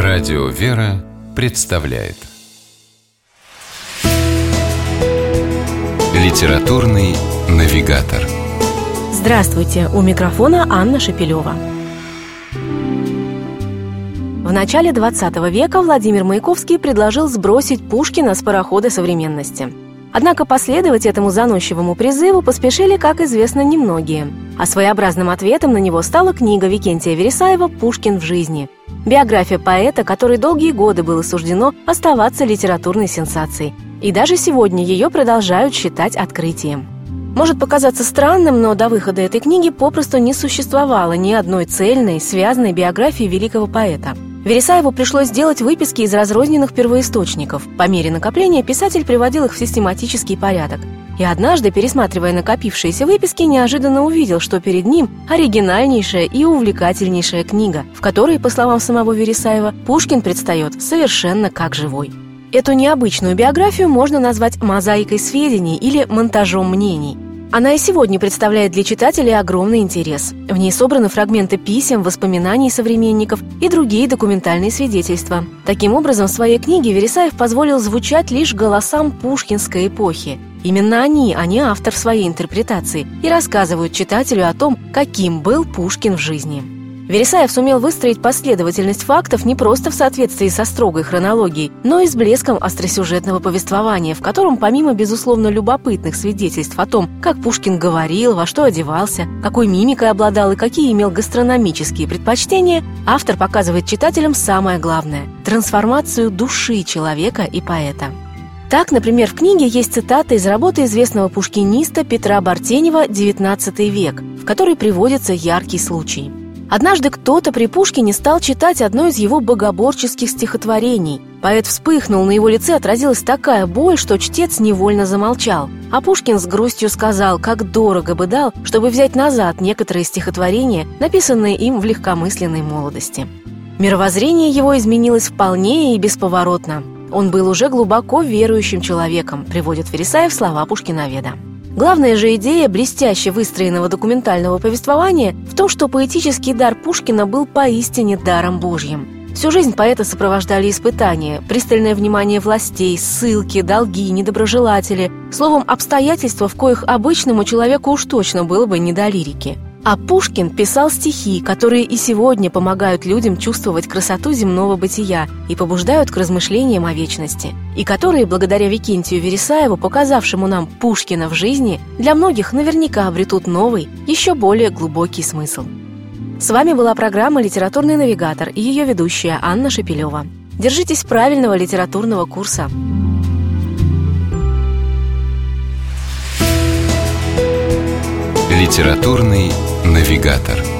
Радио «Вера» представляет Литературный навигатор. Здравствуйте! У микрофона Анна Шепелева. В начале 20 века Владимир Маяковский предложил сбросить Пушкина с парохода современности. Однако последовать этому заносчивому призыву поспешили, как известно, немногие. А своеобразным ответом на него стала книга Викентия Вересаева «Пушкин в жизни». Биография поэта, которой долгие годы было суждено оставаться литературной сенсацией. И даже сегодня ее продолжают считать открытием. Может показаться странным, но до выхода этой книги попросту не существовало ни одной цельной, связанной биографии великого поэта. Вересаеву пришлось сделать выписки из разрозненных первоисточников. По мере накопления писатель приводил их в систематический порядок. И однажды, пересматривая накопившиеся выписки, неожиданно увидел, что перед ним оригинальнейшая и увлекательнейшая книга, в которой, по словам самого Вересаева, Пушкин предстает совершенно как живой. Эту необычную биографию можно назвать мозаикой сведений или монтажом мнений. Она и сегодня представляет для читателей огромный интерес. В ней собраны фрагменты писем, воспоминаний современников и другие документальные свидетельства. Таким образом, в своей книге Вересаев позволил звучать лишь голосам пушкинской эпохи. Именно они, а не автор своей интерпретации, и рассказывают читателю о том, каким был Пушкин в жизни. Вересаев сумел выстроить последовательность фактов не просто в соответствии со строгой хронологией, но и с блеском остросюжетного повествования, в котором, помимо, безусловно, любопытных свидетельств о том, как Пушкин говорил, во что одевался, какой мимикой обладал и какие имел гастрономические предпочтения, автор показывает читателям самое главное – трансформацию души человека и поэта. Так, например, в книге есть цитата из работы известного пушкиниста Петра Бартенева «XIX век», в которой приводится яркий случай. Однажды кто-то при Пушкине стал читать одно из его богоборческих стихотворений. Поэт вспыхнул, на его лице отразилась такая боль, что чтец невольно замолчал. А Пушкин с грустью сказал, как дорого бы дал, чтобы взять назад некоторые стихотворения, написанные им в легкомысленной молодости. Мировоззрение его изменилось вполне и бесповоротно. Он был уже глубоко верующим человеком, приводит Вересаев слова пушкиноведа. Главная же идея блестяще выстроенного документального повествования в том, что поэтический дар Пушкина был поистине даром Божьим. Всю жизнь поэта сопровождали испытания, пристальное внимание властей, ссылки, долги, недоброжелатели, словом, обстоятельства, в коих обычному человеку уж точно было бы не до лирики. А Пушкин писал стихи, которые и сегодня помогают людям чувствовать красоту земного бытия и побуждают к размышлениям о вечности, и которые, благодаря Викентию Вересаеву, показавшему нам Пушкина в жизни, для многих наверняка обретут новый, еще более глубокий смысл. С вами была программа «Литературный навигатор» и ее ведущая Анна Шепелева. Держитесь правильного литературного курса. Литературный навигатор.